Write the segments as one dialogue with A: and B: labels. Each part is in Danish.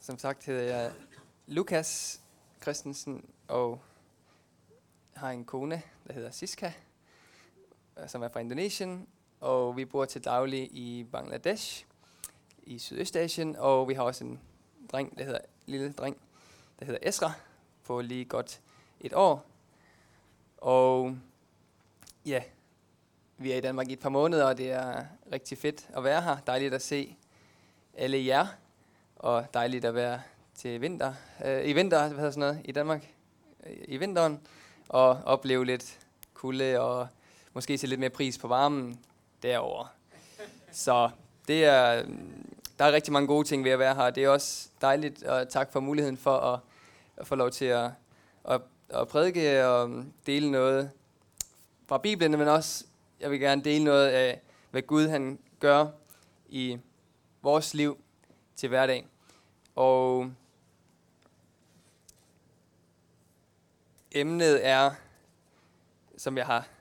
A: Som sagt hedder jeg Lukas Christensen, og har en kone, der hedder Siska, som er fra Indonesien, og vi bor til daglig i Bangladesh, i Sydøstasien, og vi har også en lille dreng, der hedder Esra, på lige godt 1 år. Og ja, vi er i Danmark i et par måneder, og det er rigtig fedt at være her. Dejligt at se alle jer, og dejligt at være til i Danmark i vinteren, og opleve lidt kulde, og måske se lidt mere pris på varmen derovre. Så der er rigtig mange gode ting ved at være her. Det er også dejligt, og tak for muligheden for at få lov til at prædike og dele noget fra Bibelen, men også, jeg vil gerne dele noget af, hvad Gud han gør i vores liv til hverdag. Og emnet er, som jeg har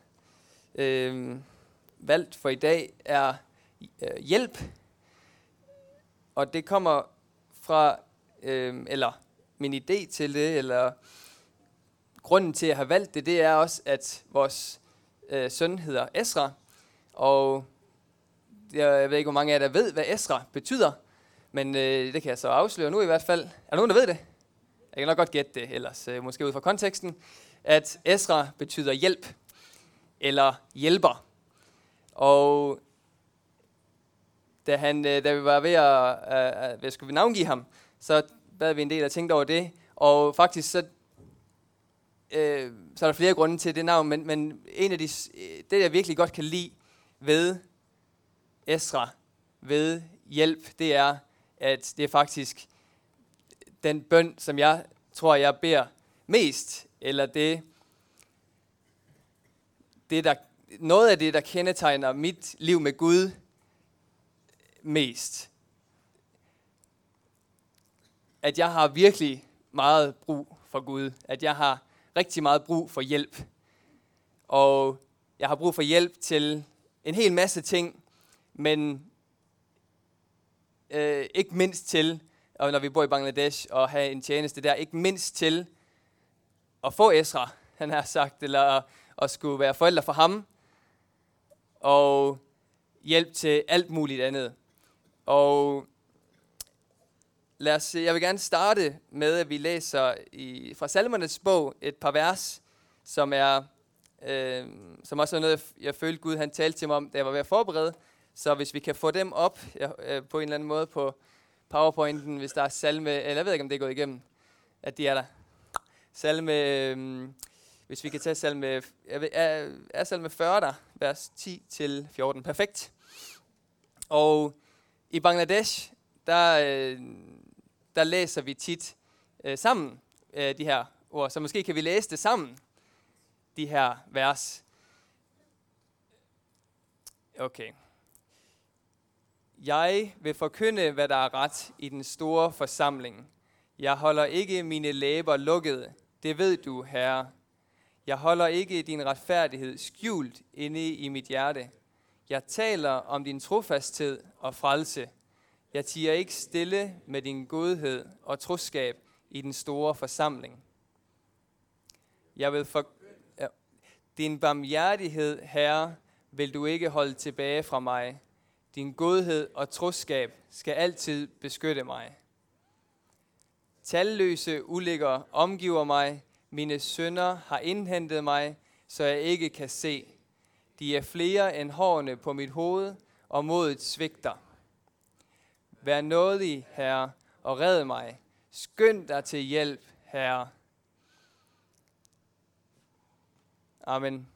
A: valgt for i dag, er hjælp. Og det kommer fra, eller min idé til det, eller grunden til at have valgt det, det er også, at vores søn hedder Esra. Og jeg ved ikke, hvor mange af jer, der ved, hvad Esra betyder. Men det kan jeg så afsløre nu i hvert fald. Er der nogen, der ved det? Jeg kan nok godt gætte det, ellers måske ud fra konteksten. At Esra betyder hjælp, eller hjælper. Og da vi var ved at skulle navngive ham, så bad vi en del og tænkte over det. Og faktisk så er der flere grunde til det navn, men en af det jeg virkelig godt kan lide ved Esra, ved hjælp, det er, at det er faktisk den bøn, som jeg tror, jeg beder mest, eller noget af det, der kendetegner mit liv med Gud mest. At jeg har virkelig meget brug for Gud, at jeg har rigtig meget brug for hjælp. Og jeg har brug for hjælp til en hel masse ting, men ikke mindst til, og når vi bor i Bangladesh og have en tjeneste der, ikke mindst til at få Esra, han har sagt, eller at skulle være forældre for ham, og hjælp til alt muligt andet. Og jeg vil gerne starte med, at vi læser fra Salmernes bog et par vers, som også er noget, jeg følte Gud han talte til mig om, da jeg var ved at forberede. Så hvis vi kan få dem op på en eller anden måde på PowerPointen, hvis der er salme, eller jeg ved ikke, om det er gået igennem, at de er der. Salme, hvis vi kan tage salme, er salme 40 der, vers 10-14. Perfekt. Og i Bangladesh, der læser vi tit sammen de her ord, så måske kan vi læse det sammen, de her vers. Okay. Jeg vil forkynde, hvad der er ret i den store forsamling. Jeg holder ikke mine læber lukkede. Det ved du, Herre. Jeg holder ikke din retfærdighed skjult inde i mit hjerte. Jeg taler om din trofasthed og frelse. Jeg tiger ikke stille med din godhed og troskab i den store forsamling. Jeg vil din barmhjertighed, Herre, vil du ikke holde tilbage fra mig. Din godhed og troskab skal altid beskytte mig. Talløse ulykker omgiver mig. Mine synder har indhentet mig, så jeg ikke kan se. De er flere end hårene på mit hoved, og modet svigter. Vær nådig, Herre, og red mig. Skynd dig til hjælp, Herre. Amen.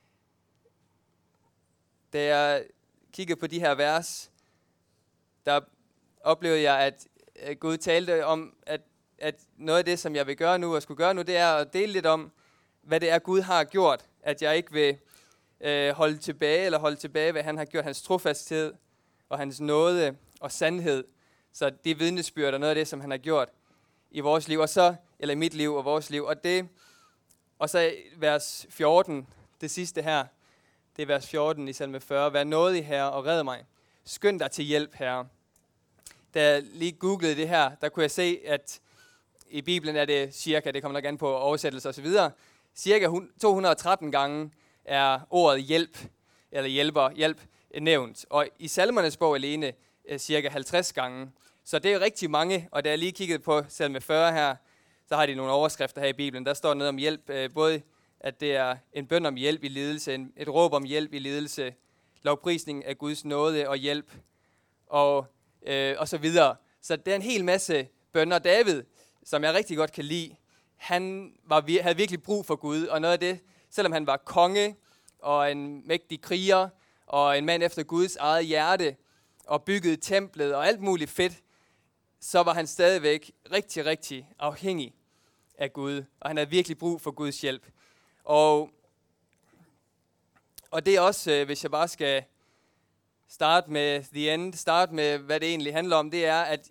A: Da jeg kiggede på de her vers, der oplevede jeg, at Gud talte om, at noget af det, som jeg vil gøre nu og skulle gøre nu, det er at dele lidt om, hvad det er, Gud har gjort. At jeg ikke vil holde tilbage, hvad han har gjort, hans trofasthed og hans nåde og sandhed. Så det er vidnesbyrd og noget af det, som han har gjort i vores liv, eller i mit liv og vores liv. Og så vers 14, det sidste her, det er vers 14 i salme 40. Vær nådig, Herre, og red mig. Skynd dig til hjælp, Herre. da jeg lige googlede det her, der kunne jeg se, at i Bibelen er det cirka, det kommer nok an på oversættelse osv., cirka 213 gange er ordet hjælp, eller hjælp nævnt. Og i Salmernes bog alene cirka 50 gange. Så det er rigtig mange, og da jeg lige kiggede på salme 40 her, så har de nogle overskrifter her i Bibelen. Der står noget om hjælp, både at det er en bøn om hjælp i lidelse, et råb om hjælp i lidelse, lovprisning af Guds nåde og hjælp, og så videre. Så det er en hel masse bønner. David, som jeg rigtig godt kan lide, han havde virkelig brug for Gud, og noget af det, selvom han var konge og en mægtig kriger, og en mand efter Guds eget hjerte, og byggede templet og alt muligt fedt, så var han stadigvæk rigtig, rigtig afhængig af Gud, og han havde virkelig brug for Guds hjælp. Og det er også, hvis jeg bare skal starte med the end, starte med, hvad det egentlig handler om, det er, at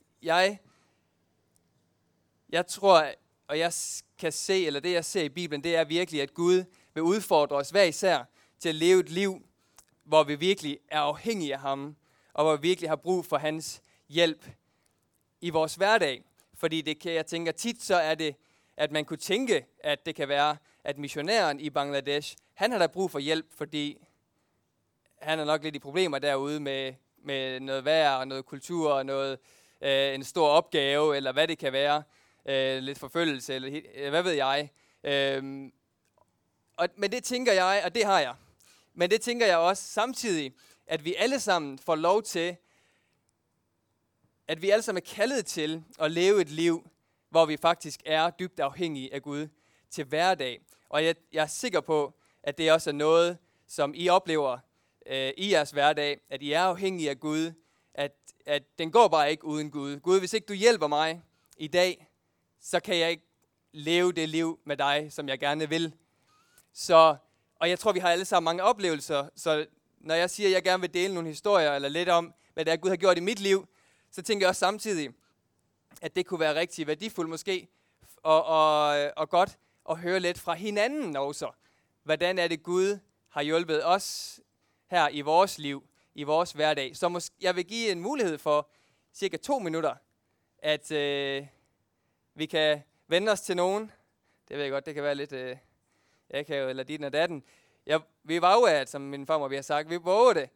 A: jeg tror, og jeg kan se, eller det jeg ser i Bibelen, det er virkelig, at Gud vil udfordre os hver især til at leve et liv, hvor vi virkelig er afhængige af ham, og hvor vi virkelig har brug for hans hjælp i vores hverdag. Fordi det kan, jeg tænker tit, så er det, at man kunne tænke, at det kan være, at missionæren i Bangladesh, han har da brug for hjælp, fordi han er nok lidt i problemer derude med noget vejr og noget kultur og noget, en stor opgave, eller hvad det kan være, lidt forfølgelse, eller hvad ved jeg. Men det tænker jeg, og det har jeg. Men det tænker jeg også samtidig, at vi alle sammen får lov til, at vi alle sammen er kaldet til at leve et liv, hvor vi faktisk er dybt afhængige af Gud til hverdag. Og jeg er sikker på, at det også er noget, som I oplever i jeres hverdag, at I er afhængige af Gud, at den går bare ikke uden Gud. Gud, hvis ikke du hjælper mig i dag, så kan jeg ikke leve det liv med dig, som jeg gerne vil. Og jeg tror, vi har alle sammen mange oplevelser, så når jeg siger, at jeg gerne vil dele nogle historier, eller lidt om, hvad det er, Gud har gjort i mit liv, så tænker jeg også samtidig, at det kunne være rigtig værdifuldt måske, og godt at høre lidt fra hinanden også. Hvordan er det, Gud har hjulpet os her i vores liv, i vores hverdag. Så jeg vil give en mulighed for cirka 2 minutter, at vi kan vende os til nogen. Det ved jeg godt, det kan være lidt akavet eller dit og datten. Vi var jo som min farmor vi har sagt, vi våger det.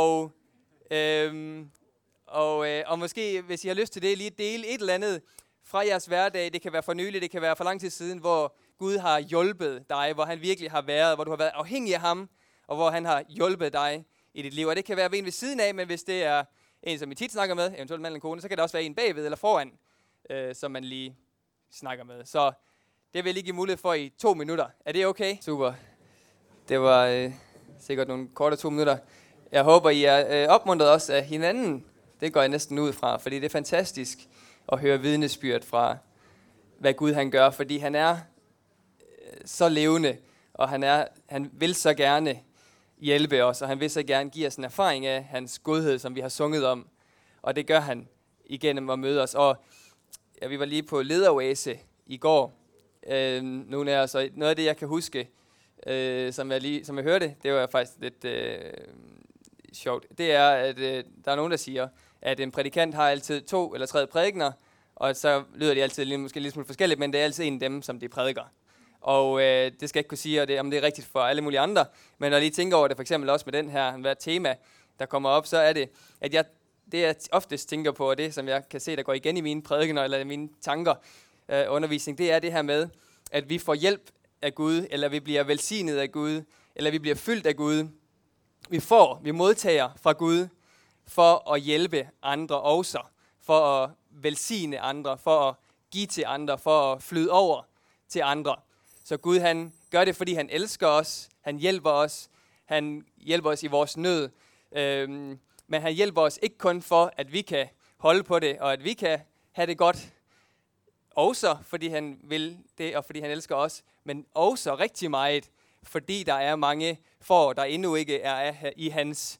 A: Og måske, hvis I har lyst til det, lige dele et eller andet fra jeres hverdag. Det kan være for nylig, det kan være for lang tid siden, hvor Gud har hjulpet dig, hvor han virkelig har været, hvor du har været afhængig af ham, og hvor han har hjulpet dig i dit liv. Og det kan være en ved siden af, men hvis det er en, som I tit snakker med, eventuelt mand eller kone, så kan det også være en bagved eller foran, som man lige snakker med. Så det vil jeg lige give mulighed for i 2 minutter. Er det okay? Super. Det var sikkert nogle korte 2 minutter. Jeg håber, I er opmuntret også af hinanden. Det går jeg næsten ud fra, fordi det er fantastisk at høre vidnesbyrd fra, hvad Gud han gør, fordi han er så levende, og han vil så gerne hjælpe os, og han vil så gerne give os en erfaring af hans godhed, som vi har sunget om, og det gør han igennem at møde os. Og ja, vi var lige på lederoase i går, nogle af os, og noget af det, jeg kan huske, som jeg hørte, det var faktisk lidt sjovt, det er, at der er nogen, der siger, at en prædikant har altid 2 eller 3 prædikener, og så lyder de altid måske lidt smule forskelligt, men det er altid en af dem, som de prædiker. Og det skal jeg ikke kunne sige, om det er rigtigt for alle mulige andre, men når jeg lige tænker over det, for eksempel også med den her, hvad tema, der kommer op, så er det, at det jeg oftest tænker på, og det som jeg kan se, der går igen i mine prædikener, eller i mine tanker, undervisning, det er det her med, at vi får hjælp af Gud, eller vi bliver velsignet af Gud, eller vi bliver fyldt af Gud. Vi modtager fra Gud, for at hjælpe andre også, for at velsigne andre, for at give til andre, for at flyde over til andre. Så Gud han gør det, fordi han elsker os, han hjælper os i vores nød, men han hjælper os ikke kun for, at vi kan holde på det, og at vi kan have det godt, også fordi han vil det, og fordi han elsker os, men også rigtig meget, fordi der er mange får, der endnu ikke er i hans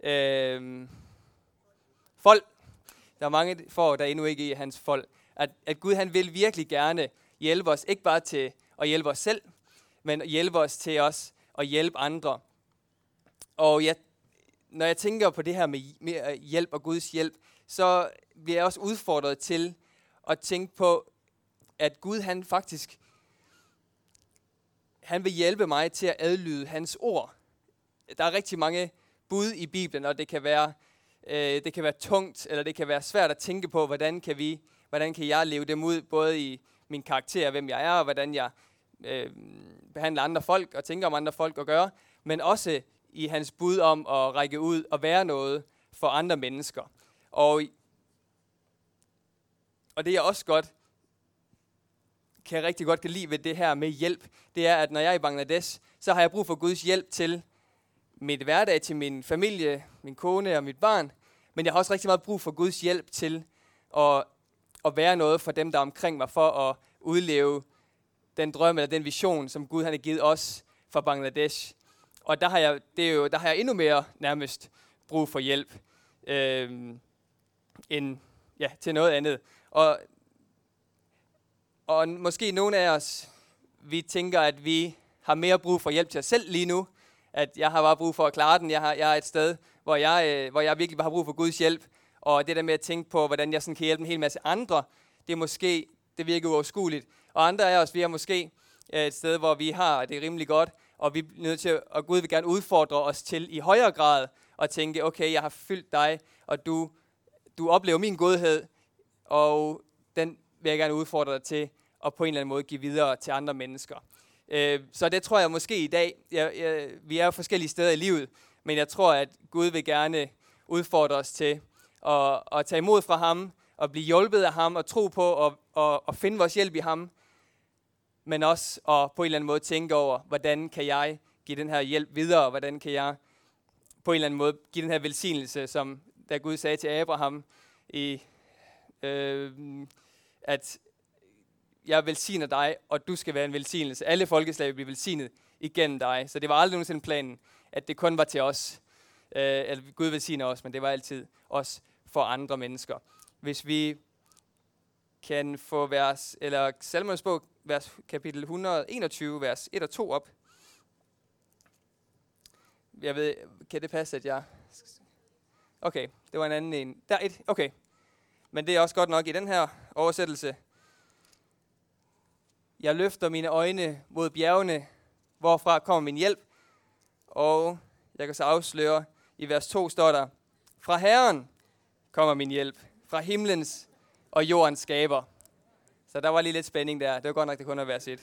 A: fold. Der er mange får, der endnu ikke er i hans fold. At Gud han vil virkelig gerne hjælpe os, ikke bare til at hjælpe os selv, men hjælpe os til os at hjælpe andre. Og når jeg tænker på det her med hjælp og Guds hjælp, så bliver jeg også udfordret til at tænke på, at Gud han faktisk, han vil hjælpe mig til at adlyde hans ord. Der er rigtig mange bud i Bibelen, og det kan være tungt, eller det kan være svært at tænke på, hvordan kan jeg leve dem ud, både i min karakter, hvem jeg er, og hvordan jeg behandler andre folk, og tænker om andre folk og gør, men også i hans bud om at række ud og være noget for andre mennesker. Og det jeg også kan rigtig godt lide ved det her med hjælp, det er, at når jeg er i Bangladesh, så har jeg brug for Guds hjælp til mit hverdag, til min familie, min kone og mit barn, men jeg har også rigtig meget brug for Guds hjælp til at være noget for dem, der er omkring mig, for at udleve den drøm eller den vision, som Gud han har givet os fra Bangladesh. Og der har jeg endnu mere nærmest brug for hjælp end til noget andet. Og måske nogle af os, vi tænker, at vi har mere brug for hjælp til os selv lige nu. At jeg har bare brug for at klare den. Jeg er et sted, hvor jeg virkelig bare har brug for Guds hjælp. Og det der med at tænke på, hvordan jeg sådan kan hjælpe en hel masse andre, det virker uoverskueligt. Og andre af os, vi er måske et sted, hvor vi har det rimelig godt, og vi er nødt til, og Gud vil gerne udfordre os til i højere grad at tænke, okay, jeg har fyldt dig, og du oplever min godhed, og den vil jeg gerne udfordre dig til, og på en eller anden måde give videre til andre mennesker. Så det tror jeg måske i dag, vi er jo forskellige steder i livet, men jeg tror, at Gud vil gerne udfordre os til at tage imod fra ham, og blive hjulpet af ham, og tro på og finde vores hjælp i ham, men også at på en eller anden måde tænke over, hvordan kan jeg give den her hjælp videre, og hvordan kan jeg på en eller anden måde give den her velsignelse, som da Gud sagde til Abraham, at jeg velsigner dig, og du skal være en velsignelse. Alle folkeslag vil blive velsignet igennem dig. Så det var aldrig nogensinde planen, at det kun var til os. At Gud velsigner os, men det var altid også for andre mennesker. Hvis vi kan få Salmernes bog, kapitel 121, vers 1 og 2 op. Jeg ved, kan det passe, at jeg... Okay, det var en anden en. Der er et, okay. Men det er også godt nok i den her oversættelse. Jeg løfter mine øjne mod bjergene, hvorfra kommer min hjælp. Og jeg kan så afsløre, i vers 2 står der, fra Herren kommer min hjælp, fra himlens og jordens skaber. Så der var lige lidt spænding der. Det var godt nok, det kun var vers 1.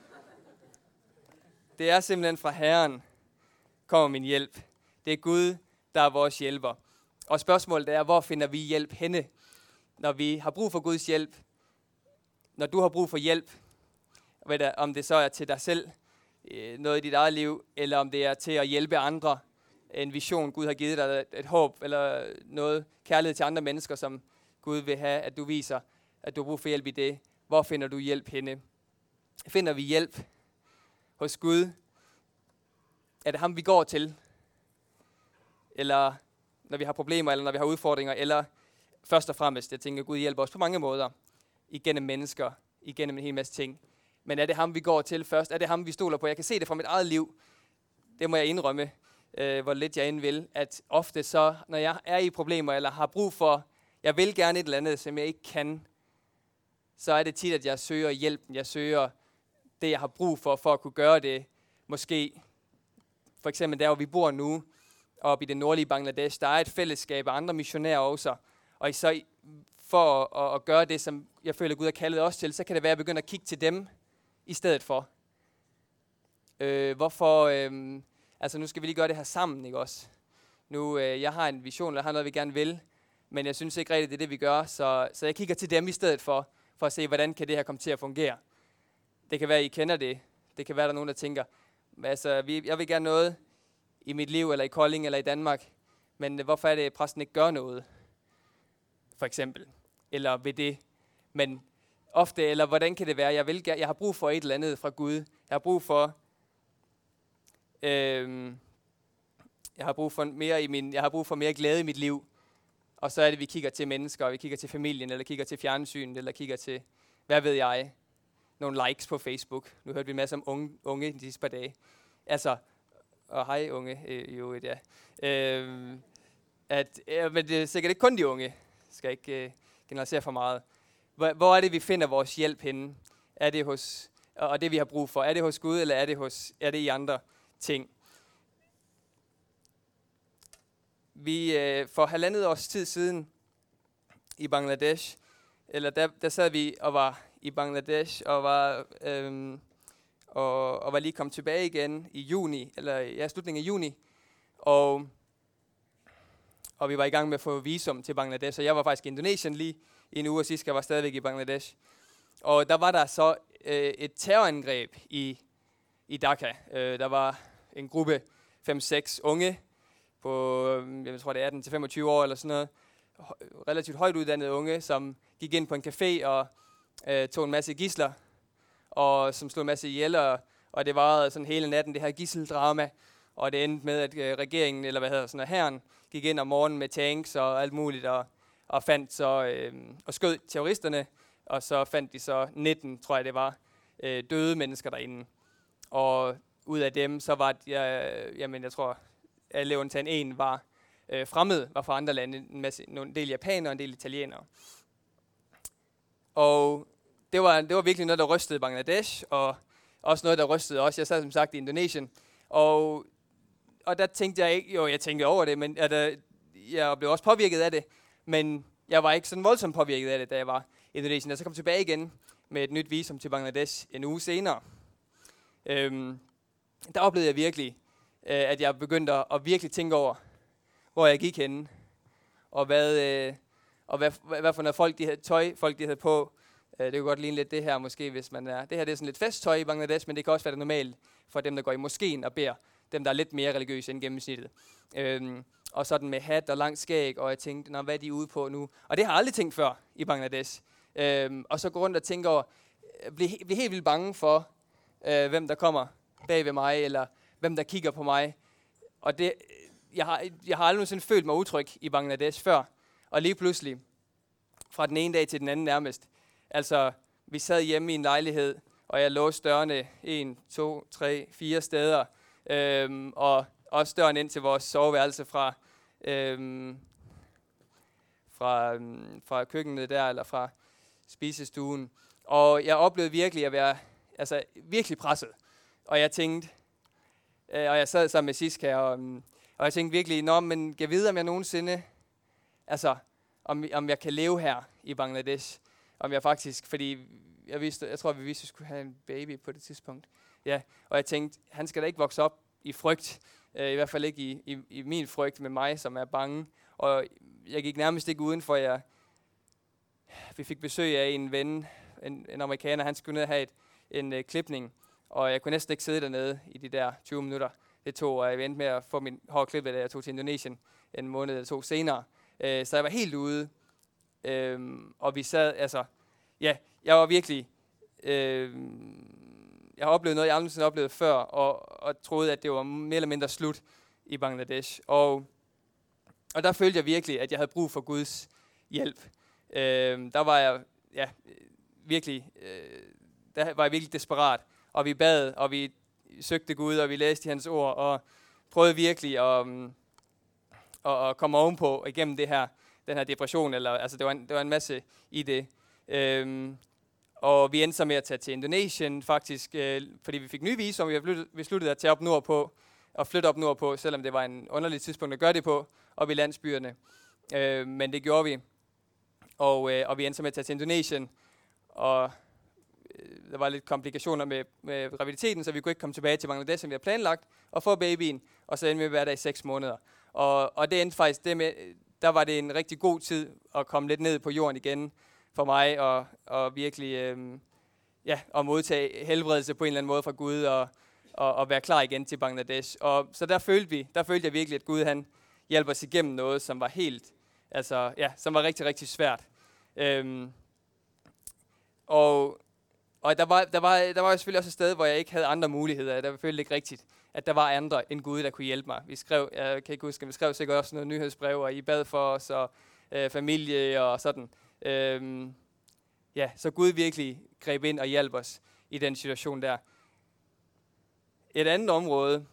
A: Det er simpelthen fra Herren kommer min hjælp. Det er Gud, der er vores hjælper. Og spørgsmålet er, hvor finder vi hjælp henne, når vi har brug for Guds hjælp? Når du har brug for hjælp, om det så er til dig selv, noget i dit eget liv, eller om det er til at hjælpe andre, en vision, Gud har givet dig, et håb, eller noget kærlighed til andre mennesker, som Gud vil have, at du viser, at du har brug for hjælp i det. Hvor finder du hjælp henne? Finder vi hjælp hos Gud? Er det ham, vi går til? Eller når vi har problemer, eller når vi har udfordringer, eller først og fremmest, jeg tænker, Gud hjælper os på mange måder, igennem mennesker, igennem en hel masse ting. Men er det ham, vi går til først? Er det ham, vi stoler på? Jeg kan se det fra mit eget liv. Det må jeg indrømme, hvor lidt jeg end vil. At ofte så, når jeg er i problemer, eller har brug for, jeg vil gerne et eller andet, som jeg ikke kan, så er det tit, at jeg søger hjælpen. Jeg søger det, jeg har brug for at kunne gøre det. Måske, for eksempel der, hvor vi bor nu, oppe i det nordlige Bangladesh, der er et fællesskab af andre missionærer også. Og så for at gøre det, som jeg føler, Gud har kaldet os til, så kan det være, at jeg begynder at kigge til dem i stedet for. Hvorfor? Altså nu skal vi lige gøre det her sammen, ikke også? Nu, jeg har en vision, eller har noget, vi gerne vil, men jeg synes ikke rigtigt, det er det, vi gør, så jeg kigger til dem i stedet for at se, hvordan kan det her komme til at fungere. Det kan være, at I kender det. Det kan være, der er nogen, der tænker, altså, jeg vil gerne noget i mit liv, eller i Kolding, eller i Danmark, men hvorfor er det, at præsten ikke gør noget? For eksempel. Eller ved det. Men ofte, eller hvordan kan det være, jeg har brug for et eller andet fra Gud. Jeg har brug for mere glæde i mit liv. Og så er det, vi kigger til mennesker, vi kigger til familien, eller kigger til fjernsynet, eller kigger til, hvad ved jeg, nogle likes på Facebook. Nu hørte vi en masse om unge de sidste par dage. Altså, og hej unge, jo ja. Men det er sikkert ikke kun de unge. skal ikke generalisere for meget. Hvor er det, vi finder vores hjælp henne? Er det hos, og det vi har brug for, er det hos Gud, eller er det i andre ting? Vi for 1,5 års tid siden i Bangladesh, eller der sad vi og var i Bangladesh og var lige kommet tilbage igen i juni, eller slutningen af juni, og vi var i gang med at få visum til Bangladesh, og jeg var faktisk i Indonesien lige i en uge, og sidst jeg var stadigvæk i Bangladesh. Og der var der så et terrorangreb i Dhaka. Der var en gruppe 5-6 unge på, jeg tror det er 18-25 år eller sådan noget, relativt højt uddannede unge, som gik ind på en café og tog en masse gidsler, og som slog en masse ihjel, og det varede sådan hele natten, det her gisseldrama, og det endte med, at regeringen, eller hæren, gik ind om morgenen med tanks og alt muligt, og fandt så, og skød terroristerne, og så fandt de så 19, tror jeg det var, døde mennesker derinde. Og ud af dem, så var jeg tror, alle undtagen en var fremmed, var fra andre lande, en del japanere og en del italienere. Og det var virkelig noget, der rystede Bangladesh, og også noget, der rystede os. Jeg sad som sagt i Indonesien, og der tænkte jeg ikke, jeg tænkte over det, men jeg blev også påvirket af det, men jeg var ikke sådan voldsomt påvirket af det, da jeg var i Indonesien. Og så kom jeg tilbage igen med et nyt visum til Bangladesh en uge senere. Der oplevede jeg virkelig, at jeg begyndte at virkelig tænke over, hvor jeg gik henne, og hvad for noget tøj folk de havde på. Det kunne godt ligne lidt det her måske, hvis man er. Det her det er sådan lidt festtøj i Bangladesh, men det kan også være det normalt for dem, der går i moskeen og beder. Dem, der er lidt mere religiøse end gennemsnittet. Og sådan med hat og lang skæg, og jeg tænkte, hvad er de ude på nu? Og det har jeg aldrig tænkt før i Bangladesh. Og så gå rundt og tænke over, blive helt vildt bange for, hvem der kommer bag ved mig, eller hvem der kigger på mig. Og jeg har aldrig nogensinde følt mig utryg i Bangladesh før. Og lige pludselig, fra den ene dag til den anden nærmest, altså vi sad hjemme i en lejlighed, og jeg låste dørene 1, 2, 3, 4 steder, og også døren ind til vores soveværelse fra køkkenet der, eller fra spisestuen. Og jeg oplevede virkelig at være virkelig presset. Og jeg tænkte, og jeg sad sammen med Siska, og jeg tænkte virkelig, men kan vide, om jeg nogensinde, om jeg kan leve her i Bangladesh. Om jeg faktisk, fordi jeg tror, vi vidste, at vi skulle have en baby på det tidspunkt. Ja, og jeg tænkte, han skal da ikke vokse op i frygt. I hvert fald ikke i min frygt med mig, som er bange. Og jeg gik nærmest ikke udenfor. Vi fik besøg af en ven, en amerikaner. Han skulle ned og have en klipning. Og jeg kunne næsten ikke sidde dernede i de der 20 minutter. Det tog, og jeg endte med at få min hår klippet, da jeg tog til Indonesien en måned eller 2 senere. Så jeg var helt ude. Og vi sad, jeg var virkelig... jeg har oplevet noget, jeg aldrig har oplevet før, og troede, at det var mere eller mindre slut i Bangladesh. Og der følte jeg virkelig, at jeg havde brug for Guds hjælp. Der var jeg virkelig desperat. Og vi bad, og vi søgte Gud, og vi læste hans ord, og prøvede virkelig at komme ovenpå igennem den her depression. Det var en masse i det. Og vi endte så med at tage til Indonesien, faktisk, fordi vi fik nye visum, og vi besluttede at tage op nordpå, og flytte op nordpå, selvom det var en underlig tidspunkt at gøre det på, op i landsbyerne. Men det gjorde vi. Og vi endte så med at tage til Indonesien, og der var lidt komplikationer med graviditeten, så vi kunne ikke komme tilbage til Bangladesh, som vi havde planlagt, og få babyen, og så endte vi med at være der i 6 måneder. Og det endte faktisk det med, der var det en rigtig god tid at komme lidt ned på jorden igen for mig, og virkelig at modtage helbredelse på en eller anden måde fra Gud, og være klar igen til Bangladesh. Og så der følte jeg virkelig, at Gud han hjælper os igennem noget, som var som var rigtig, rigtig svært. Og der var selvfølgelig også et sted, hvor jeg ikke havde andre muligheder. Der følte ikke rigtigt, at der var andre end Gud, der kunne hjælpe mig. Vi skrev sikkert også noget nyhedsbrev, og I bad for os, og familie og sådan. Så Gud virkelig greb ind og hjalp os i den situation der. Et andet område,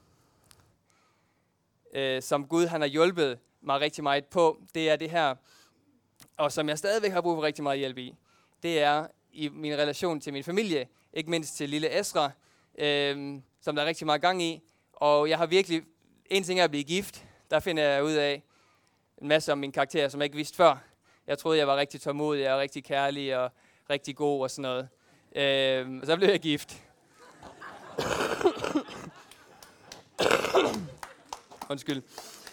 A: som Gud han har hjulpet mig rigtig meget på, det er det her og som jeg stadigvæk har brug for rigtig meget hjælp i, det er i min relation til min familie, ikke mindst til lille Esra, som der er rigtig meget gang i. Og jeg har virkelig, en ting er at blive gift, der finder jeg ud af en masse om min karakter, som jeg ikke vidste før. Jeg troede, jeg var rigtig tålmodig og rigtig kærlig og rigtig god og sådan noget. Og så blev jeg gift. Undskyld.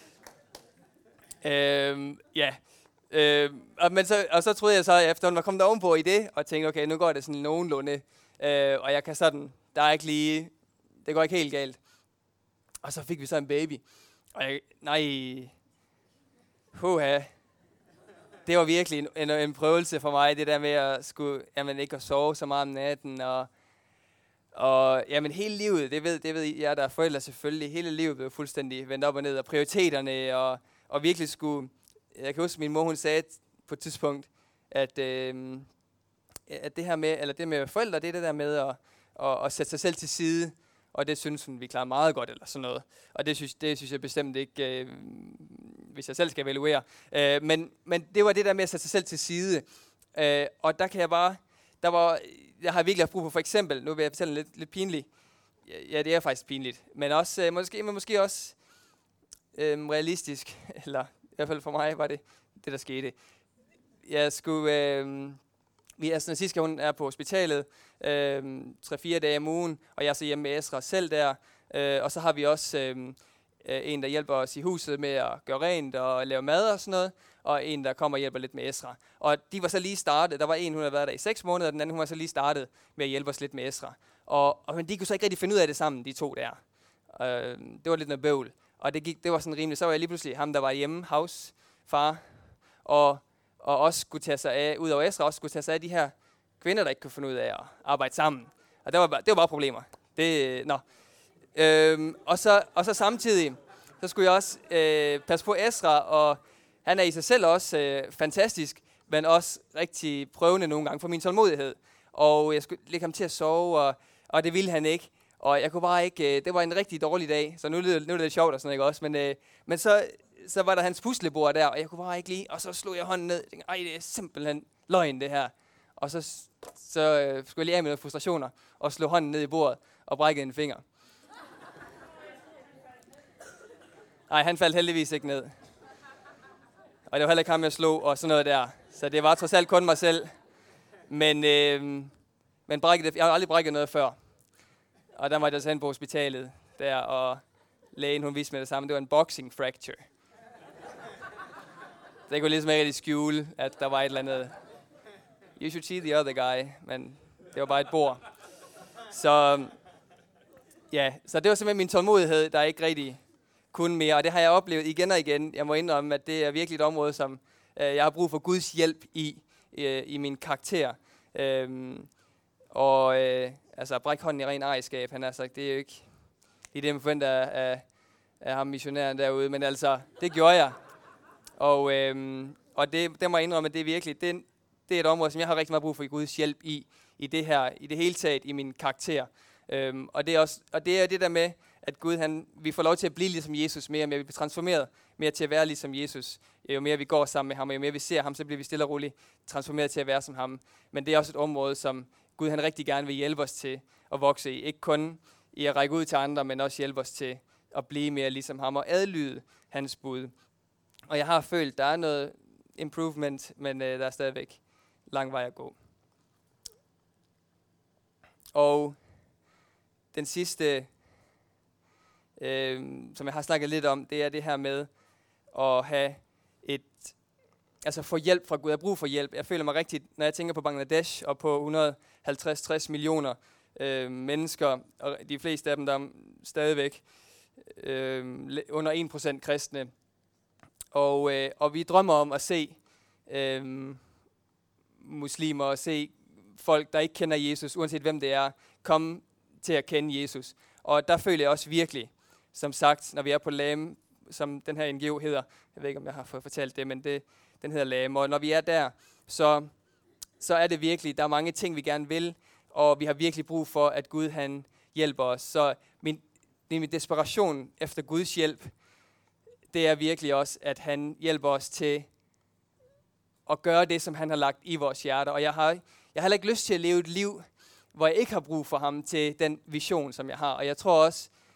A: Og så troede jeg så, efter hun var kommet ovenpå i det, og tænkte, okay, nu går det sådan nogenlunde, og jeg kan sådan, der er ikke lige, det går ikke helt galt. Og så fik vi så en baby, og det var virkelig en prøvelse for mig, det der med at skulle, ikke at sove så meget om natten, og hele livet, det ved jeg, der er forældre selvfølgelig, hele livet blev fuldstændig vendt op og ned, og prioriteterne, og virkelig skulle, jeg kan huske, min mor, hun sagde på et tidspunkt, at det her med, eller det med forældre, det er det der med at sætte sig selv til side, og det synes hun, vi klarer meget godt, eller sådan noget. Og det synes jeg bestemt ikke, hvis jeg selv skal evaluere. Men det var det der med at sætte sig selv til side. Og der kan jeg bare, jeg har virkelig haft brug for eksempel, nu vil jeg fortælle lidt pinligt. Ja, det er faktisk pinligt, men også, måske også realistisk, eller i hvert fald for mig var det, der skete. Jeg skulle, Siska, hun er på hospitalet 3-4 dage om ugen, og jeg er så hjemme med Esra selv der. Og så har vi også en, der hjælper os i huset med at gøre rent og lave mad og sådan noget, og en, der kommer og hjælper lidt med Esra. Og de var så lige startet. Der var en, hun havde været der i 6 måneder, og den anden, hun var så lige startet med at hjælpe os lidt med Esra. Men de kunne så ikke rigtig finde ud af det sammen, de to der. Det var lidt noget bøvl. Og det var sådan rimeligt. Så var jeg lige pludselig ham, der var hjemme, far, og også skulle tage sig af, ud over Esra, også skulle tage sig af de her kvinder, der ikke kunne finde ud af at arbejde sammen. Og det var bare problemer. Og så samtidig, så skulle jeg også passe på Esra, og han er i sig selv også fantastisk, men også rigtig prøvende nogle gange for min tålmodighed. Og jeg skulle lægge ham til at sove, og det ville han ikke. Og jeg kunne bare ikke, det var en rigtig dårlig dag, så nu er det lidt sjovt og sådan noget, ikke også? Men så var der hans puslebord der, og jeg kunne bare ikke lide, og så slog jeg hånden ned, og tænkte, det er simpelthen løgn det her. Og så skulle jeg lige af med nogle frustrationer, og slå hånden ned i bordet, og brækkede en finger. Nej, han faldt heldigvis ikke ned. Og det var heller ikke ham, jeg slog, og sådan noget der. Så det var trods alt kun mig selv. Men jeg har aldrig brækket noget før. Og der var jeg så hen på hospitalet der, og lægen, hun viste mig det samme. Det var en boxing fracture. Så jeg kunne ligesom ikke rigtig skjule, at der var et eller andet. You should see the other guy. Men det var bare et bord. Så det var simpelthen min tålmodighed, der ikke rigtig kunne mere. Og det har jeg oplevet igen og igen. Jeg må indrømme, at det er virkelig et område, som jeg har brug for Guds hjælp i min karakter. At brække hånden i ren ejerskab, han har sagt, det er jo ikke det, man forventer af ham missionæren derude, men altså, det gjorde jeg. Og det må jeg indrømme, at det er virkelig, det er et område, som jeg har rigtig meget brug for Guds hjælp i det her, i det hele taget, i min karakter. Og det er det der med, at Gud, vi får lov til at blive ligesom Jesus mere og mere, vi bliver transformeret mere til at være ligesom Jesus. Jo mere vi går sammen med ham, og jo mere vi ser ham, så bliver vi stille og roligt transformeret til at være som ham. Men det er også et område, som Gud han rigtig gerne vil hjælpe os til at vokse i. Ikke kun i at række ud til andre, men også hjælpe os til at blive mere ligesom ham og adlyde hans bud. Og jeg har følt, der er noget improvement, men der er stadigvæk lang vej at gå. Og den sidste, som jeg har snakket lidt om, det er det her med at have få hjælp fra Gud. Jeg har brug for hjælp. Jeg føler mig rigtigt, når jeg tænker på Bangladesh og på 150-60 millioner mennesker, og de fleste af dem, der er stadigvæk under 1% kristne. Og vi drømmer om at se muslimer og se folk, der ikke kender Jesus, uanset hvem det er, komme til at kende Jesus. Og der føler jeg også virkelig, som sagt, når vi er på LAM, som den her NGO hedder, jeg ved ikke, om jeg har fået fortalt det, men den hedder LAM, og når vi er der, så er det virkelig, der er mange ting, vi gerne vil, og vi har virkelig brug for, at Gud han hjælper os. Så min desperation efter Guds hjælp, det er virkelig også, at han hjælper os til at gøre det, som han har lagt i vores hjerter. Og jeg har heller ikke lyst til at leve et liv, hvor jeg ikke har brug for ham til den vision, som jeg har. Og jeg tror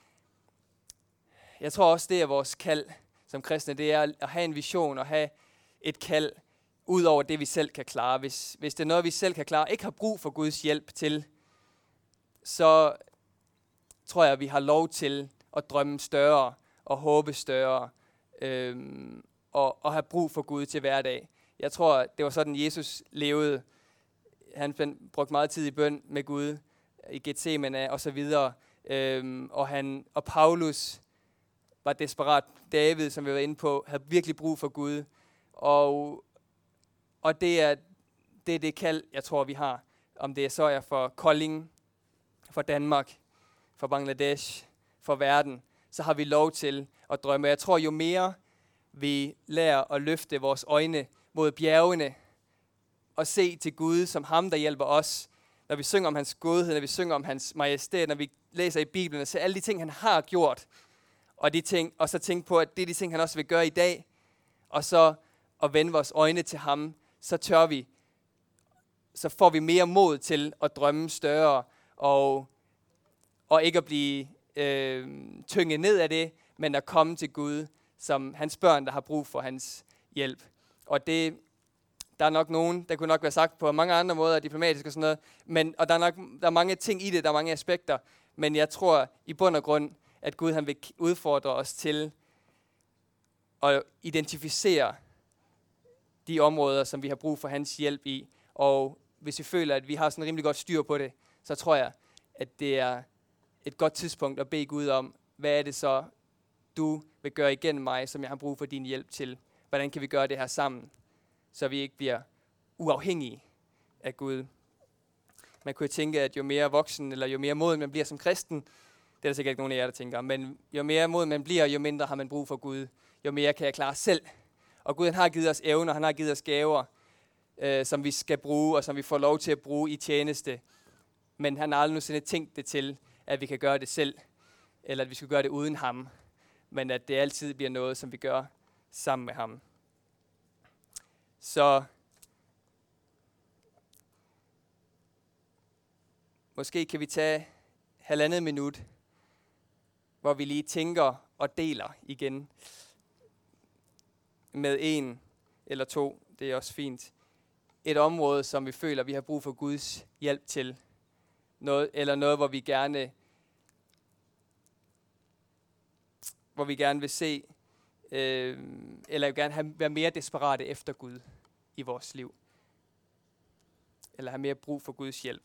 A: også, det er vores kald som kristne, det er at have en vision og have et kald ud over det, vi selv kan klare. Hvis det er noget, vi selv kan klare, ikke har brug for Guds hjælp til, så tror jeg, at vi har lov til at drømme større og håbe større og have brug for Gud til hverdag. Jeg tror, det var sådan, Jesus levede. Han brugte meget tid i bøn med Gud i Getsemane og så videre. Og Paulus var desperat. David, som vi var inde på, havde virkelig brug for Gud. Og det er det kald, jeg tror, vi har. Om det så er for Kolding, for Danmark, for Bangladesh, for verden, så har vi lov til at drømme. Jeg tror, jo mere vi lærer at løfte vores øjne mod bjergene og se til Gud som ham, der hjælper os, når vi synger om hans godhed, når vi synger om hans majestæt, når vi læser i Bibelen og ser alle de ting, han har gjort, og så tænke på, at det er de ting, han også vil gøre i dag, og så at vende vores øjne til ham, så får vi mere mod til at drømme større, og ikke at blive tynget ned af det, men at komme til Gud, som hans børn, der har brug for hans hjælp. Og der er nok nogen, der kunne nok være sagt på mange andre måder, diplomatisk og sådan noget, og der er mange ting i det, der er mange aspekter, men jeg tror i bund og grund, at Gud han vil udfordre os til at identificere de områder, som vi har brug for hans hjælp i. Og hvis vi føler, at vi har sådan rimelig godt styr på det, så tror jeg, at det er et godt tidspunkt at bede Gud om, hvad er det så, du vil gøre igennem mig, som jeg har brug for din hjælp til? Hvordan kan vi gøre det her sammen, så vi ikke bliver uafhængige af Gud? Man kunne tænke, at jo mere voksen, eller jo mere moden man bliver som kristen, det er der sikkert ikke nogen af jer, der tænker, men jo mere moden man bliver, jo mindre har man brug for Gud. Jo mere kan jeg klare selv. Og Gud han har givet os evner, han har givet os gaver, som vi skal bruge, og som vi får lov til at bruge i tjeneste. Men han har aldrig nogensinde tænkt det til, at vi kan gøre det selv, eller at vi skal gøre det uden ham. Men at det altid bliver noget, som vi gør sammen med ham. Så måske kan vi tage 1,5 minut, hvor vi lige tænker og deler igen med 1 eller 2, det er også fint. Et område, som vi føler, vi har brug for Guds hjælp til. Noget, hvor vi gerne vil se, eller gerne være mere desperate efter Gud i vores liv. Eller have mere brug for Guds hjælp.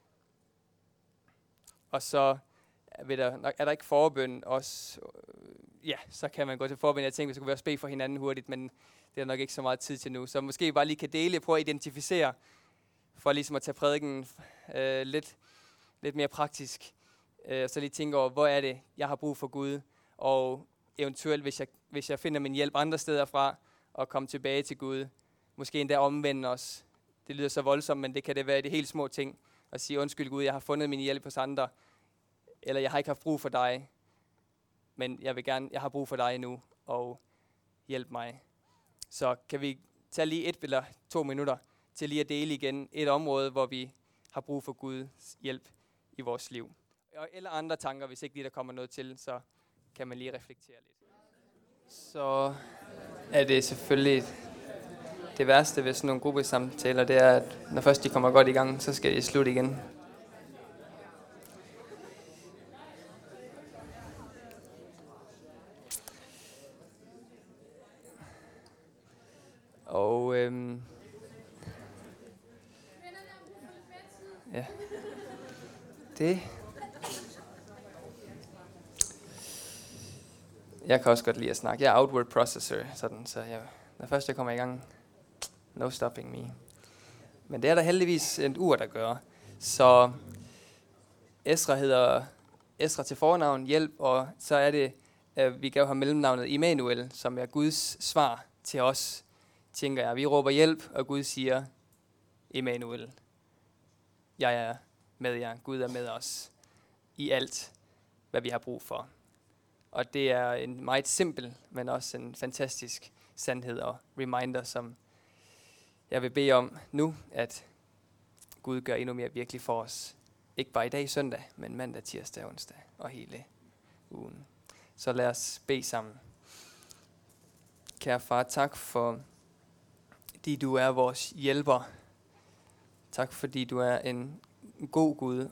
A: Og så er der ikke forbøn også. Ja, så kan man gå til forbøn. Jeg tænkte, vi skulle være bede for hinanden hurtigt, men det er nok ikke så meget tid til nu. Så måske bare lige kan dele, prøve at identificere, for ligesom at tage prædiken lidt mere praktisk. Så lige tænke over, hvor er det, jeg har brug for Gud, og eventuelt, hvis jeg finder min hjælp andre steder fra, og komme tilbage til Gud, måske endda omvende os. Det lyder så voldsomt, men det kan det være de helt små ting, at sige, undskyld Gud, jeg har fundet min hjælp hos andre, eller jeg har ikke haft brug for dig, men jeg har brug for dig nu, og hjælp mig. Så kan vi tage lige 1 eller 2 minutter til lige at dele igen et område, hvor vi har brug for Guds hjælp i vores liv. Eller andre tanker, hvis ikke lige der kommer noget til, så kan man lige reflektere lidt. Så er det selvfølgelig det værste ved sådan nogle gruppesamtaler, det er, at når først de kommer godt i gang, så skal de slutte igen. Og ja, det. Jeg kan også godt lide at snakke. Jeg er outward processor, sådan, så når først jeg kommer i gang, no stopping me. Men det er der heldigvis et ur, der gør. Så Esra hedder Esra til fornavn, hjælp, og så er det, vi gav ham mellemnavnet Immanuel, som er Guds svar til os, tænker jeg. Vi råber hjælp, og Gud siger, Immanuel, jeg er med jer. Gud er med os i alt, hvad vi har brug for. Og det er en meget simpel, men også en fantastisk sandhed og reminder, som Jeg vil bede om nu, at Gud gør endnu mere virkelig for os. Ikke bare i dag søndag, men mandag, tirsdag, onsdag og hele ugen. Så lad os bede sammen. Kære far, tak fordi du er vores hjælper. Tak fordi du er en god Gud,